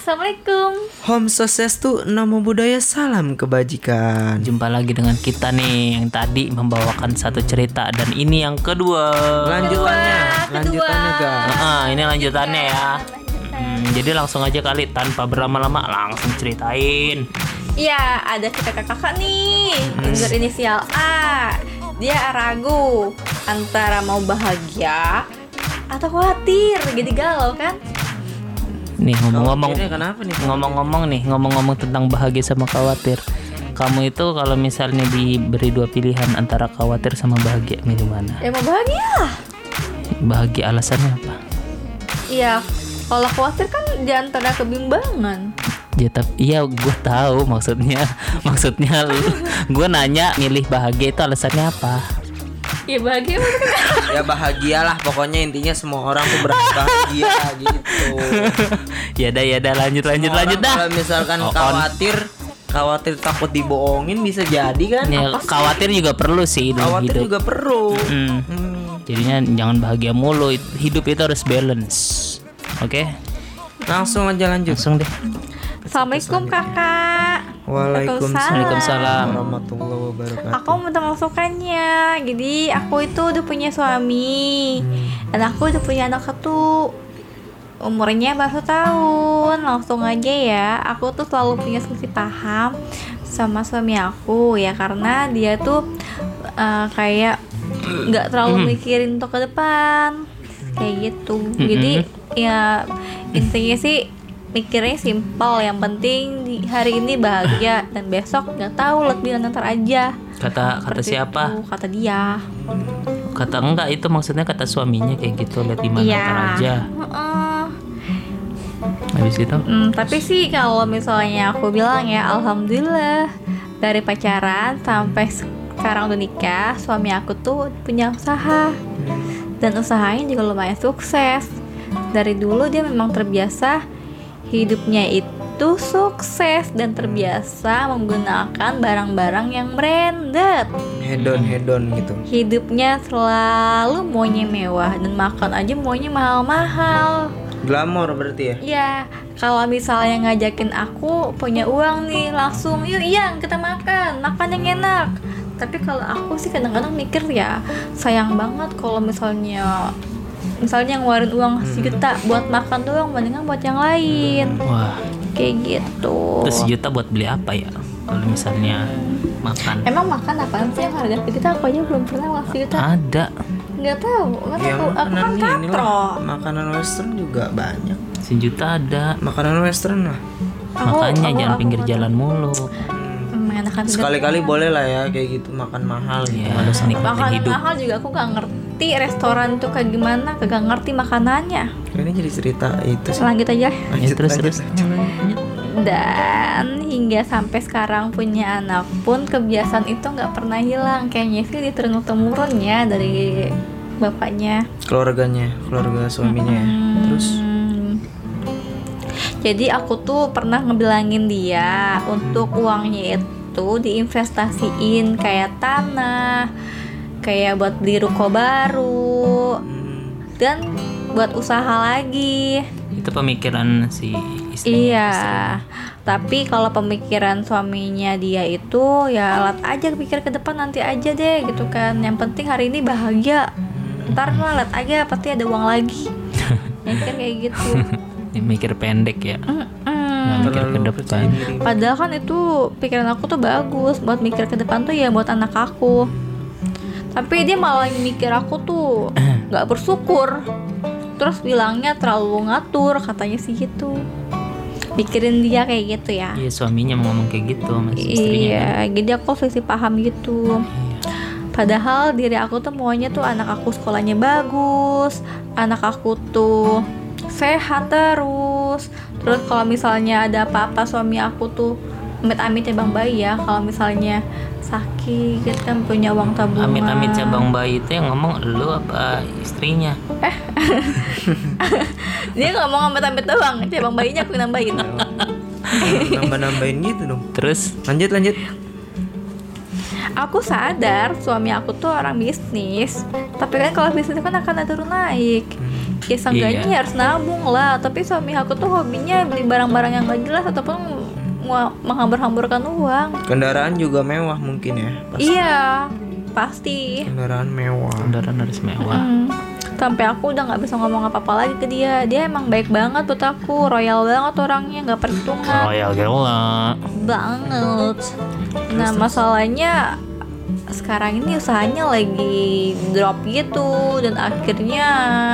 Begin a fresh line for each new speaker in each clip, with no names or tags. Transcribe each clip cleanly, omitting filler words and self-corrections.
Assalamualaikum.
Om Swastiastu, Namo Buddhaya, salam kebajikan.
Jumpa lagi dengan kita nih yang tadi membawakan satu cerita dan ini yang kedua.
Lanjutannya guys.
Ini lanjutannya ya. Jadi langsung aja kali tanpa berlama-lama langsung ceritain.
Iya, ada kita kakak nih berinisial A. Dia ragu antara mau bahagia atau khawatir, jadi galau kan?
Nih ngomong-ngomong tentang bahagia sama khawatir. Kamu itu kalau misalnya diberi dua pilihan antara khawatir sama bahagia, milih mana?
Ya mau bahagia lah. Bahagia
alasannya apa?
Iya, kalau khawatir kan di antara kebimbangan.
Ya, iya gue tahu maksudnya gue nanya milih bahagia itu alasannya apa?
Ya bahagia maksudnya.
Ya bahagialah, pokoknya intinya semua orang tuh bahagia gitu.
Ya dah lanjut dah.
Kalau misalkan khawatir takut dibohongin bisa jadi kan?
Ya, khawatir juga perlu sih dalam hidup.
Juga perlu.
Jadinya jangan bahagia mulu. Hidup itu harus balance. Oke?
Langsung aja lanjut.
Langsung deh.
Assalamualaikum kakak.
Waalaikumsalam
warahmatullahi wabarakatuh.
Aku minta masukannya. Jadi aku itu udah punya suami dan aku udah punya anak satu. Umurnya baru 1 tahun. Langsung aja ya. Aku tuh selalu punya selisih paham sama suami aku ya, karena dia tuh kayak nggak terlalu mikirin untuk ke depan kayak gitu. Jadi ya intinya sih mikirnya simpel, yang penting di hari ini bahagia dan besok nggak tahu, lebih ntar aja.
Kata siapa?
Itu, kata dia.
Kata enggak, itu maksudnya kata suaminya kayak gitu, lihat di mana ntar aja. Habis itu?
Tapi sih kalau misalnya aku bilang ya, alhamdulillah dari pacaran sampai sekarang udah nikah, suami aku tuh punya usaha dan usahanya juga lumayan sukses. Dari dulu dia memang terbiasa hidupnya itu sukses dan terbiasa menggunakan barang-barang yang branded.
Hedon gitu.
Hidupnya selalu maunya mewah dan makan aja maunya mahal-mahal.
Glamor berarti ya?
Iya, kalau misalnya ngajakin aku punya uang nih, langsung yuk iya kita makan yang enak. Tapi kalau aku sih kadang-kadang mikir ya, sayang banget kalau misalnya ngeluarin uang 1 juta buat makan doang, mendingan buat yang lain.
Wah,
kayak gitu.
Terus 1 juta buat beli apa ya? Kalau misalnya makan.
Emang makan apaan sih yang harga 1 juta? Aku aja belum pernah uang 1 juta.
Ada.
Nggak tahu.
Ya,
aku kan katro.
Makanan western juga banyak.
1 juta ada.
Makanan western lah.
Makanya jangan pinggir jalan mulu.
Sekali-kali boleh lah ya kayak gitu, makan mahal gitu.
Ada
makan mahal juga aku gak ngerti restoran tuh kayak gimana, kagak ngerti makanannya.
Ini jadi cerita itu sih.
Lanjut aja.
Terus.
Dan hingga sampai sekarang punya anak pun kebiasaan itu nggak pernah hilang. Kayaknya sih diturun-temurun ya dari bapaknya.
Keluarga suaminya ya. Terus.
Jadi aku tuh pernah ngebilangin dia untuk uangnya itu diinvestasiin kayak tanah, kayak buat beli ruko baru, dan buat usaha lagi.
Itu pemikiran si istri.
Iya. Tapi kalau pemikiran suaminya dia itu ya lihat aja, pikir ke depan nanti aja deh gitu kan. Yang penting hari ini bahagia. Ntar lah lihat aja pasti ada uang lagi. Mikir kayak gitu.
Mikir pendek ya. Mikir ke depan.
Padahal kan itu pikiran aku tuh bagus buat mikir ke depan tuh ya buat anak aku. Tapi dia malah mikir aku tuh nggak bersyukur. Terus bilangnya terlalu ngatur, katanya sih gitu. Pikirin dia kayak gitu ya.
Iya, suaminya mau ngomong kayak gitu sama istrinya.
Iya, kan? Jadi aku selisih paham gitu. Padahal diri aku tuh maunya tuh anak aku sekolahnya bagus, anak aku tuh sehat terus. Terus kalau misalnya ada apa-apa suami aku tuh amit-amit cabang bayi ya, kalau misalnya sakit gitu kan punya uang tabungan.
Amit-amit cabang bayi itu yang ngomong lu apa istrinya?
Dia ngomong amit-amit doang, cabang bayinya aku nambahin.
Nambah-nambahin gitu dong.
Terus
lanjut.
Aku sadar suami aku tuh orang bisnis, tapi kan kalau bisnis kan akan ada turun naik. Ya seenggaknya
Iya.
harus nabung lah. Tapi suami aku tuh hobinya beli barang-barang yang gak jelas ataupun menghambur-hamburkan uang.
Kendaraan juga mewah mungkin ya.
Iya, pasti.
Kendaraan mewah.
Kendaraan harus mewah.
Sampai aku udah nggak bisa ngomong apa-apa lagi ke dia. Dia emang baik banget buat aku, royal banget orangnya, nggak perhitungan
Royal gila.
banget. Nah masalahnya sekarang ini usahanya lagi drop gitu dan akhirnya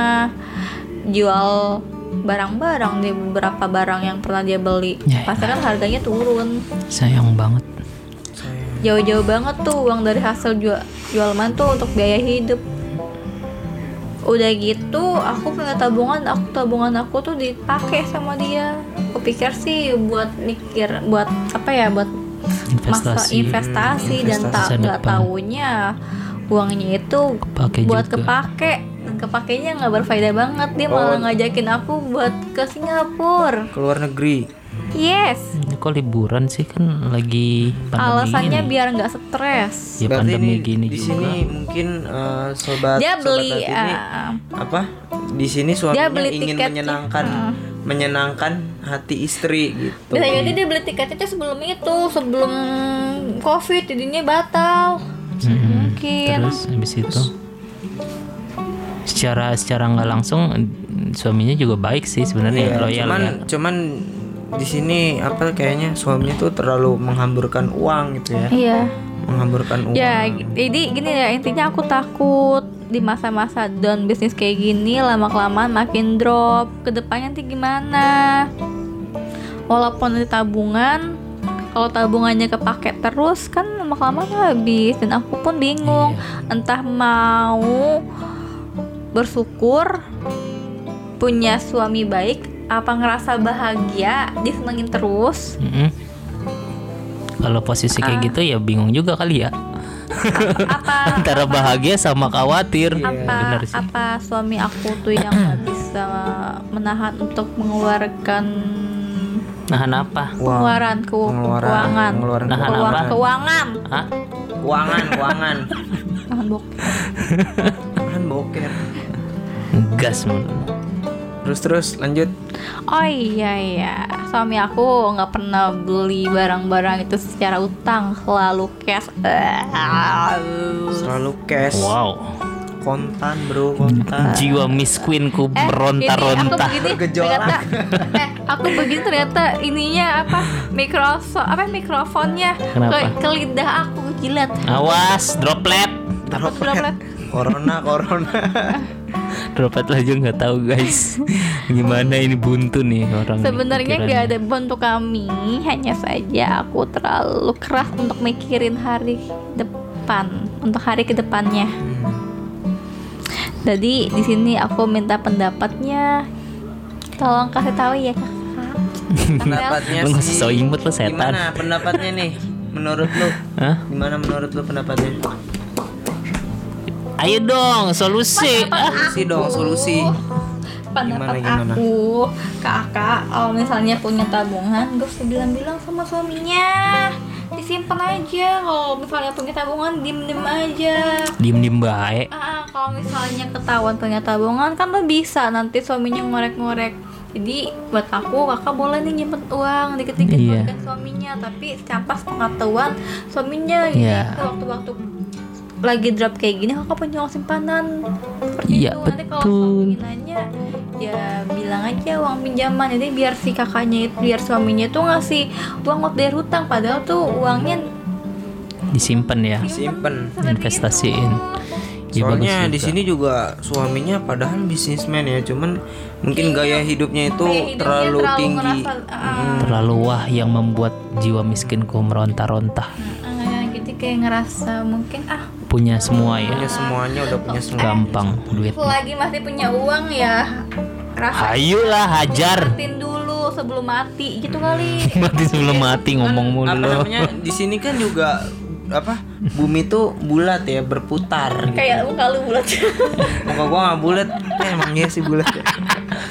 jual barang-barang di beberapa barang yang pernah dia beli.
Ya,
Pasti kan harganya turun.
Sayang banget.
Jauh-jauh banget tuh uang dari hasil jual mantu untuk biaya hidup. Udah gitu aku punya tabungan aku tuh dipakai sama dia. Aku pikir sih buat apa ya, buat masa investasi dan
Investasi
nggak
depan.
taunya uangnya itu
Kepake
buat
juga.
kepakainya nggak berfaedah banget. Dia malah ngajakin aku buat ke Singapura.
Ke luar negeri.
Yes,
Ini kok liburan sih, kan lagi pandemi
alasannya
ini.
biar nggak stres.
Ya
Berarti
pandemi
ini
gini
di
juga.
sini mungkin sobat
Dia beli
sobat ini apa? Di sini
dia
suaminya
beli
ingin
tiket
menyenangkan hati istri gitu.
Bisa jadi dia beli tiketnya tuh sebelum COVID, jadinya batal. Mungkin.
Terus habis itu secara nggak langsung suaminya juga baik sih sebenarnya,
Iya,
loyal ya.
cuman di sini apa kayaknya suaminya tuh terlalu menghamburkan uang gitu ya.
Iya.
Menghamburkan uang.
Ya, jadi gini ya, intinya aku takut di masa-masa down bisnis kayak gini lama-kelamaan makin drop. Kedepannya nanti gimana? Walaupun ada tabungan, kalau tabungannya kepake terus kan lama-kelamaan habis dan aku pun bingung. Entah mau bersyukur punya suami baik, apa ngerasa bahagia disenengin terus.
Kalau posisi kayak gitu ya bingung juga kali ya.
Apa
Antara bahagia sama khawatir. Benar sih.
apa suami aku tuh yang nggak bisa menahan untuk mengeluarkan
Nahan apa?
pengeluaran keuangan
pengeluaran
Nahan apa?
keuangan
Hah?
keuangan.
nahan bokeh.
Nahan boker.
Gas mulu.
Terus lanjut.
Oh iya, suami aku nggak pernah beli barang-barang itu secara utang, selalu cash.
Selalu cash.
Wow.
Kontan bro, kontan.
Jiwa misqueenku
Ini
meronta-ronta.
aku begini
Bergejolak.
ternyata aku begini ternyata ininya apa mikrofonnya
Kenapa?
ke lidah aku jilat.
Awas, droplet.
Apa tuh droplet?
Corona.
Droplet aja nggak tahu guys. Gimana ini buntu nih orang.
Sebenarnya
pikirannya.
nggak ada bentuk kami, hanya saja aku terlalu keras untuk mikirin hari depan, untuk hari kedepannya. Jadi di sini aku minta pendapatnya, tolong kasih tahu ya kakak.
Pendapatnya
Lu nggak usah
sih.
so imut lu, setan.
Gimana pendapatnya nih? Menurut lu?
Hah?
Gimana menurut lu pendapatnya?
Ayo dong, solusi.
Solusi dong, solusi.
Pendapat
Gimana?
aku, kakak, kalau misalnya punya tabungan, gak usah bilang-bilang sama suaminya, disimpan aja. Kalau misalnya punya tabungan, diem-diem aja.
Diem-diem baik.
Kalau misalnya ketahuan punya tabungan kan lo bisa nanti suaminya ngorek-ngorek. Jadi buat aku kakak boleh nih nyimpen uang dikit-dikit
Iya.
buat suaminya, tapi campas pengetahuan suaminya. Jadi
Iya.
waktu-waktu lagi drop kayak gini kakak punya uang simpanan seperti
Iya,
itu. Nanti kalau
betul.
suaminya nanya ya bilang aja uang pinjaman. Jadi biar si kakaknya itu, biar suaminya tuh ngasih uang buat bayar hutang, padahal tuh uangnya
Disimpan ya,
Simpen.
investasiin. Ya,
Soalnya
bagus
di
juga.
sini juga suaminya padahal bisnismen ya, cuman mungkin gaya hidupnya itu
Gaya hidupnya
terlalu tinggi.
Terlalu wah yang membuat jiwa miskinku meronta-ronta.
Gitu kayak ngerasa mungkin
Punya semua ya.
Punya semuanya, udah punya semua.
Gampang duit.
selagi masih punya uang ya rasa
Ayolah hajar.
nikmatin dulu sebelum mati gitu kali.
Mati sebelum mati ngomong mulu.
Apa namanya? Di sini kan juga apa? Bumi tuh bulat ya, berputar. Gitu.
Kayak muka lu bulat.
Muka gua nggak bulat, emang iya sih bulat. Ya.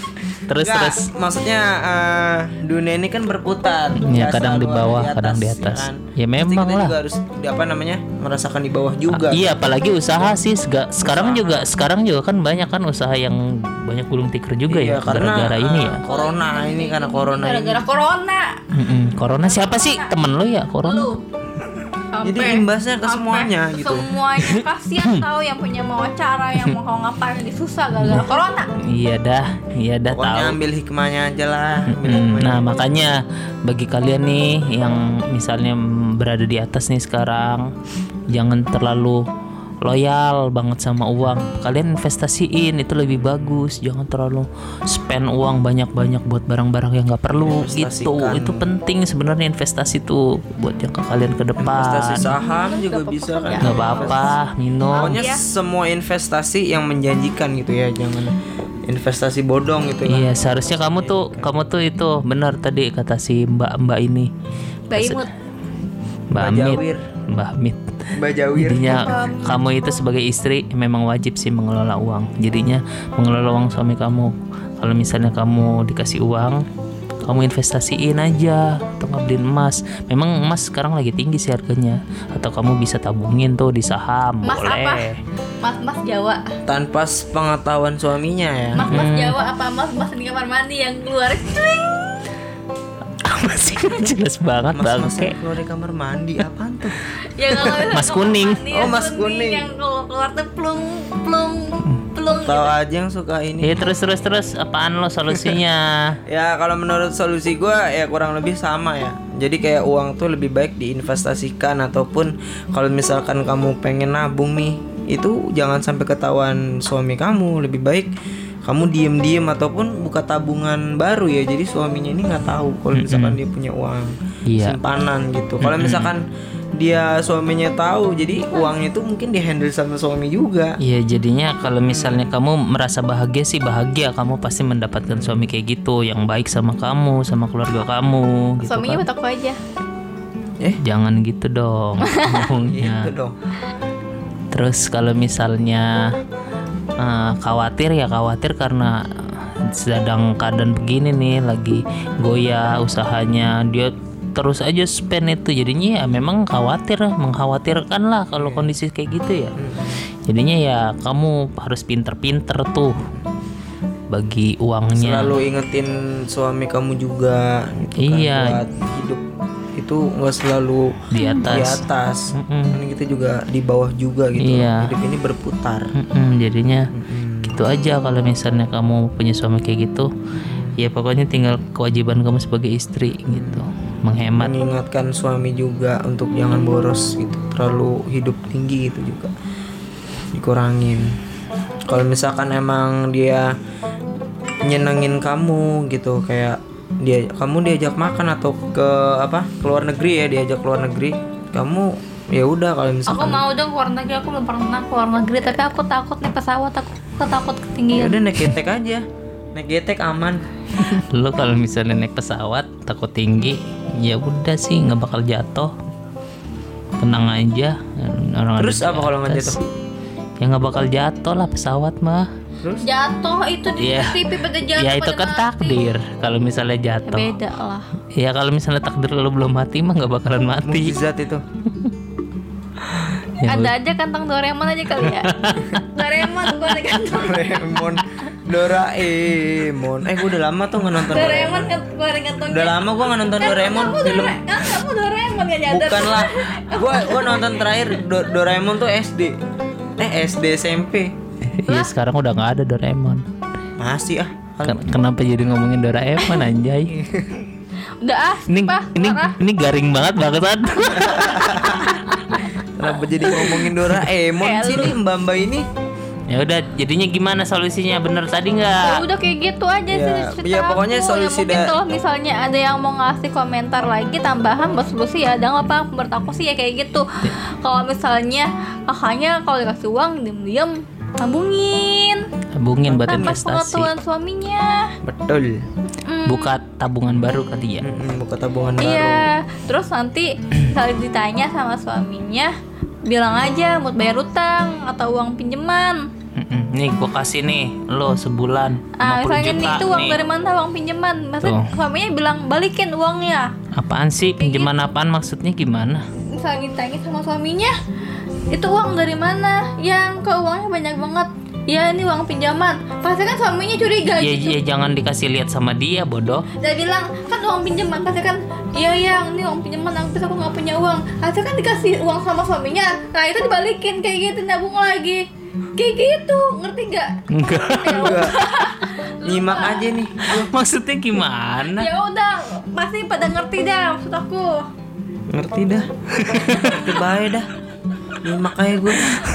Enggak, maksudnya dunia ini kan berputar.
Ya,
Nggak
kadang
selalu
di bawah,
ada
kadang di
ya
atas.
kan?
Ya,
Pasti
memang
kita
lah.
juga harus merasakan di bawah juga.
Iya, apalagi usaha sih. Sekarang juga kan banyak kan usaha yang banyak gulung tikar juga
Iya,
ya gara-gara ini ya.
karena corona ini.
Gara-gara corona.
Corona siapa sih temen lo ya corona?
Lu.
Jadi imbasnya ke semuanya gitu.
Semuanya kasihan tahu yang punya mau acara, yang mau ngapain jadi susah gara-gara corona.
Iya dah
Pokoknya
tahu.
ambil hikmahnya aja lah. ambil hikmahnya.
Nah makanya bagi kalian nih yang misalnya berada di atas nih sekarang, jangan terlalu loyal banget sama uang. Kalian investasiin, itu lebih bagus. Jangan terlalu spend uang banyak-banyak buat barang-barang yang nggak perlu gitu.
Investasikan.
Itu penting sebenarnya investasi tuh buat jangka kalian ke depan.
Investasi saham juga bisa kan.
Nggak apa-apa, minum.
Pokoknya semua investasi yang menjanjikan gitu ya, jangan investasi bodong gitu lah.
Iya, seharusnya kamu tuh itu benar tadi kata si Mbak ini.
Mbak Imut.
Mbak
Mbak
Amit.
Jawir.
Mbak Amit.
Mbak Jawir.
Jadinya kamu itu sebagai istri memang wajib sih mengelola uang. Jadinya mengelola uang suami kamu. Kalau misalnya kamu dikasih uang, kamu investasiin aja atau nggak beliin emas. Memang emas sekarang lagi tinggi sih harganya. Atau kamu bisa tabungin tuh di saham.
Mas
boleh.
apa? Mas Jawa.
Tanpa pengetahuan suaminya ya.
Mas Jawa apa mas di kamar mandi yang keluar cuing.
Apa sih? Jelas banget
Mas
bangke.
keluar dari kamar mandi apaan tuh?
Ya kalau
Mas
kamar
kuning.
mandi
Oh,
yang
mas kuning.
yang keluar tuh plung
Tahu
gitu.
aja yang suka ini.
Ya terus apaan lo solusinya?
Ya kalau menurut solusi gue ya kurang lebih sama ya. Jadi kayak uang tuh lebih baik diinvestasikan, ataupun kalau misalkan kamu pengen nabung nih, itu jangan sampai ketahuan suami kamu. Lebih baik kamu diem-diem ataupun buka tabungan baru ya. Jadi suaminya ini nggak tahu kalau misalkan dia punya uang
Iya.
simpanan gitu. Kalau misalkan dia suaminya tahu, jadi uangnya itu mungkin dihandle sama suami juga.
Iya, jadinya kalau misalnya kamu merasa bahagia sih bahagia, kamu pasti mendapatkan suami kayak gitu yang baik sama kamu, sama keluarga kamu gitu
Suaminya
kan.
buat aku aja.
Jangan gitu dong ngomongnya.
Gitu dong.
Terus kalau misalnya khawatir karena sedang keadaan begini nih, lagi goyah usahanya, dia terus aja spend itu, jadinya ya memang mengkhawatirkan lah kalau kondisi kayak gitu ya. Jadinya ya kamu harus pinter-pinter tuh bagi uangnya.
Selalu ingetin suami kamu juga gitu
Iya.
kan, buat hidup itu nggak selalu
Di atas.
Kan kita juga di bawah juga gitu.
Iya.
Hidup ini berputar.
Jadinya gitu aja. Kalau misalnya kamu punya suami kayak gitu, ya pokoknya tinggal kewajiban kamu sebagai istri gitu, menghemat.
Mengingatkan suami juga untuk jangan boros gitu, terlalu hidup tinggi gitu juga dikurangin. Kalau misalkan emang dia nyenengin kamu gitu, kayak kamu diajak makan atau ke keluar negeri ya, diajak keluar negeri, kamu ya udah. Kalau
Aku
misalkan
mau dong keluar negeri, aku belum pernah keluar negeri, tapi aku takut naik pesawat, aku takut
ya
ketinggian.
udah naik getek aja, naik getek aman.
Lo kalau misalnya naik pesawat takut tinggi, ya udah sih nggak bakal jatuh, tenang aja. Orang
Terus
ada di
apa kalau nggak
atas.
jatuh?
Ya nggak bakal jatuh lah pesawat mah.
Terus
Jatuh itu di
Iya.
TV pada jatuh.
Ya itu
pada
kan
mati.
takdir. Kalau misalnya
Ya,
jatuh,
beda lah.
ya kalau misalnya takdir lo belum mati mah nggak bakalan mati.
mukjizat itu.
Ya,
Ada aja kantong Doraemon aja kali ya. Doraemon gua ada kantong.
Doraemon. Gue udah lama tuh nggak nonton
Doraemon kan gua ada kantong.
Udah lama gue nggak nonton Doraemon film.
Kan kamu Doraemon gak nyadar.
Bukan lah. Gue nonton terakhir Doraemon tuh SD. SD SMP.
Iya sekarang udah nggak ada Doraemon.
Masih
Kenapa jadi ngomongin Doraemon anjay?
Udah
Ini
Pak, parah.
ini garing banget bangetan.
Kenapa jadi ngomongin Doraemon
Kayak
sih
lu.
nih Mbak ini?
Ya udah, jadinya gimana solusinya? Bener tadi
Ya
nggak?
udah kayak gitu aja
Ya,
sih cerita
ya pokoknya
aku.
solusi
Ya, mungkin
da-
kalau misalnya ada yang mau ngasih komentar lagi tambahan buat solusi ya ada nggak Pak? Menurut aku sih ya kayak gitu. Kalau misalnya kakaknya kalau dikasih uang diem-diem
Tabungin buat
tanpa
investasi.
pengetahuan suaminya.
Betul.
Buka tabungan baru kali ya.
Buka tabungan baru.
Iya, terus nanti kalau ditanya sama suaminya bilang aja mau bayar utang atau uang pinjaman.
Nih gue kasih nih lo sebulan 50
Misalnya
juta
nih itu uang
nih.
dari mana, uang pinjaman. Maksudnya
Tuh.
suaminya bilang balikin uangnya.
Apaan sih pinjaman apaan, maksudnya gimana?
Misalnya ditanya sama suaminya, itu uang dari mana? Yang kok uangnya banyak banget. Ya ini uang pinjaman. Pasti kan suaminya curiga
Ya,
gitu.
ya jangan dikasih lihat sama dia bodoh.
Dia bilang kan uang pinjaman, pasti kan iya yang ini uang pinjaman, tapi aku nggak punya uang. Pasti kan dikasih uang sama suaminya. Nah itu dibalikin kayak gitu, nabung lagi. Kayak gitu, ngerti nggak?
Enggak.
Enggak. Nyimak aja nih.
Maksudnya gimana?
Ya udah, pasti pada ngerti dah maksud aku.
Ngerti dah. Ngerti bae dah. Nyimak aja gue.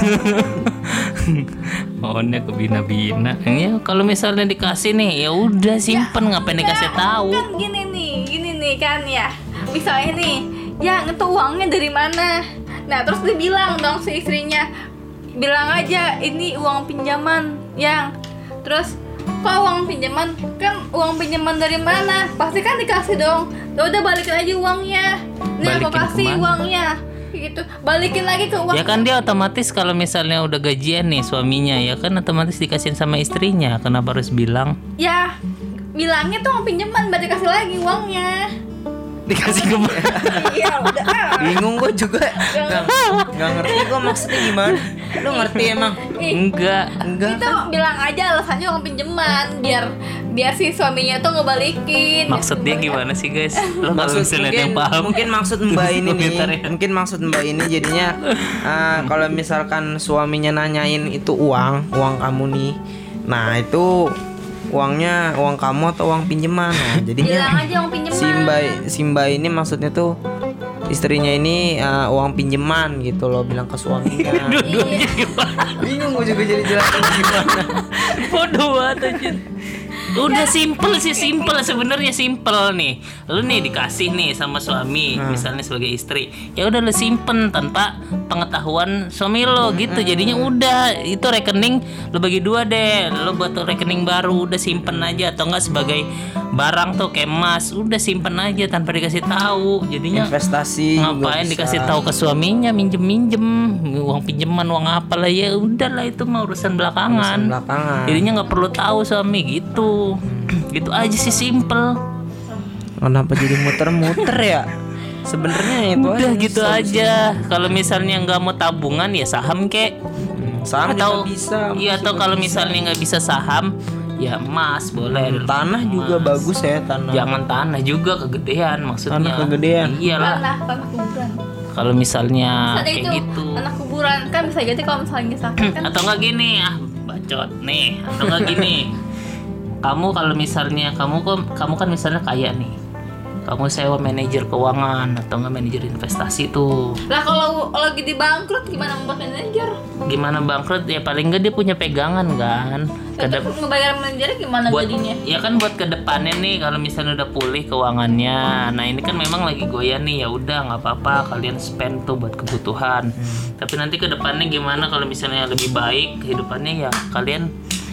Maunya ke bina-bina. Ya kalau misalnya dikasih nih, ya udah simpen, ngapain dikasih tahu?
Kan gini nih kan ya. Misalnya nih, yang itu uangnya dari mana? Nah terus dibilang dong si istrinya, bilang aja ini uang pinjaman yang. Terus kok uang pinjaman? Kan uang pinjaman dari mana? Pasti kan dikasih dong. Ya udah balikin aja uangnya. Nih aku
Balikin
kasih
kemana?
uangnya. Gitu. Balikin lagi ke uang.
Ya kan dia otomatis kalau misalnya udah gajian nih suaminya, ya kan otomatis dikasihin sama istrinya. Kenapa harus bilang?
Ya bilangnya tuh uang pinjaman, baru dikasih lagi uangnya.
Dikasih kemana?
Iya udah.
Bingung gue juga. Nggak ngerti gue maksudnya gimana. Lu ngerti emang?
Enggak.
Enggak.
Itu bilang aja alasannya uang pinjaman biar si suaminya tuh ngebalikin.
Maksudnya gimana sih guys? Lo kalau
Maksud
misalnya ada
mungkin,
yang paham.
mungkin maksud Mbak ini nih.
Komentar ya.
Mungkin maksud Mbak ini jadinya kalau misalkan suaminya nanyain itu uang kamu nih. Nah, itu uangnya uang kamu atau uang pinjaman. Nah,
Bilang
jadinya
aja uang pinjaman.
si Mbak ini maksudnya tuh istrinya ini uang pinjaman gitu loh, bilang ke suaminya.
Dua-duanya gimana?
Bingung gue juga jadi jelasin gimana.
Bodoh banget aja. Udah simple sih, simple sebenarnya, simple nih. Lu nih dikasih nih sama suami, misalnya sebagai istri. Ya udah lu simpen tanpa pengetahuan suami lo gitu. Jadinya udah itu rekening lu bagi dua deh. Lu buat rekening baru, udah simpen aja, atau enggak sebagai barang tuh kayak emas, udah simpen aja tanpa dikasih tahu. Jadinya
Investasi juga
ngapain
bisa.
dikasih tahu ke suaminya minjem uang pinjaman, uang apalah, ya udahlah itu mah urusan belakangan.
Belakangan.
Jadinya nggak perlu tahu suami gitu. Gitu aja sih, simple.
Kenapa jadi muter-muter ya? Sebenarnya itu
Udah gitu
solusi.
aja. Kalau misalnya nggak mau tabungan ya saham kek.
Saham
Atau
juga bisa.
iya, atau kalau misalnya nggak bisa saham ya emas boleh.
Tanah juga
Emas.
bagus ya, tanah.
Jangan tanah juga kegedean maksudnya.
Tanah kegedean.
Iyalah.
Tanah kuburan.
Kalau misalnya
Misalnya
kayak
itu
gitu.
tanah kuburan kan bisa jadi kalau misalnya sakit kan.
Atau enggak gini, bacot nih. Atau enggak gini. Kamu kalau misalnya kamu kan misalnya kaya nih. Kamu sewa manajer keuangan atau enggak manajer investasi tuh.
Lah kalau lagi di bangkrut gimana membuat manajer?
Gimana bangkrut ya, paling enggak dia punya pegangan kan.
Terus ngebayar manajernya gimana
Buat
jadinya?
ya kan buat kedepannya nih, kalau misalnya udah pulih keuangannya. Nah ini kan memang lagi goyah nih, ya udah nggak apa-apa kalian spend tuh buat kebutuhan. Tapi nanti kedepannya gimana kalau misalnya lebih baik kehidupannya, ya kalian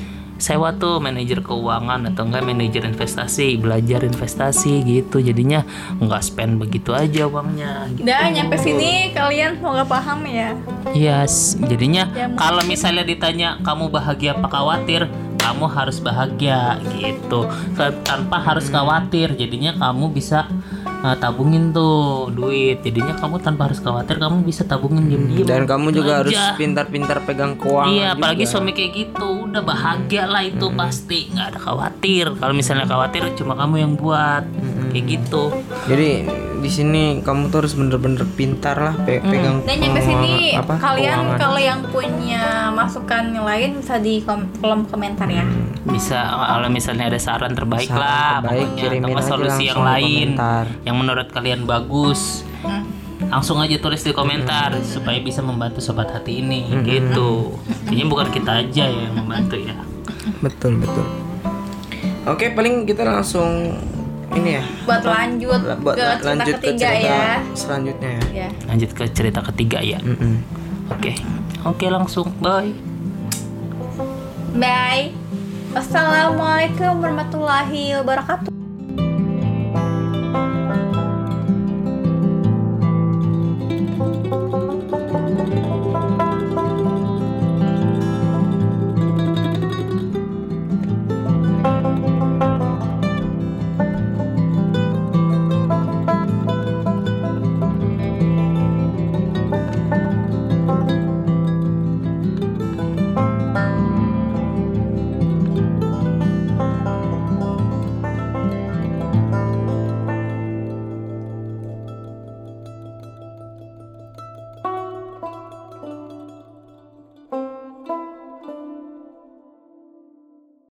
sewa tuh manajer keuangan atau enggak manajer investasi, belajar investasi gitu. Jadinya nggak spend begitu aja uangnya gitu.
Udah nyampe sini kalian mau gak paham ya?
Yes, jadinya
Ya, mungkin.
kalau misalnya ditanya kamu bahagia apa khawatir, kamu harus bahagia gitu, tanpa harus khawatir. Jadinya kamu bisa tabungin tuh duit. Jadinya kamu tanpa harus khawatir, kamu bisa tabungin diem-diem.
Dan kamu
Gitu
juga harus
aja.
pintar-pintar pegang keuangan.
Iya, apalagi
juga.
suami kayak gitu, udah bahagia lah itu pasti, nggak ada khawatir. Kalau misalnya khawatir cuma kamu yang buat, kayak gitu.
Jadi di sini kamu tuh harus bener-bener pintar lah pegang
Dan nyampe sini kalian
keuangan.
kalau yang punya masukan yang lain bisa di kolom komentar ya.
Bisa kalau misalnya ada saran terbaik
Saran
lah,
terbaik,
pokoknya,
kirimin
atau nggak
aja
solusi yang
langsung di
lain
komentar.
yang menurut kalian bagus. Langsung aja tulis di komentar supaya bisa membantu sobat hati ini gitu. Kayaknya bukan kita aja yang membantu ya.
Betul. Oke, paling kita langsung ini ya.
Buat lanjut
Buat
ke cerita
lanjut ke
ketiga
cerita
ya.
selanjutnya ya.
Ya.
Lanjut ke cerita ketiga ya. Oke, langsung bye.
Bye. Wassalamualaikum warahmatullahi wabarakatuh.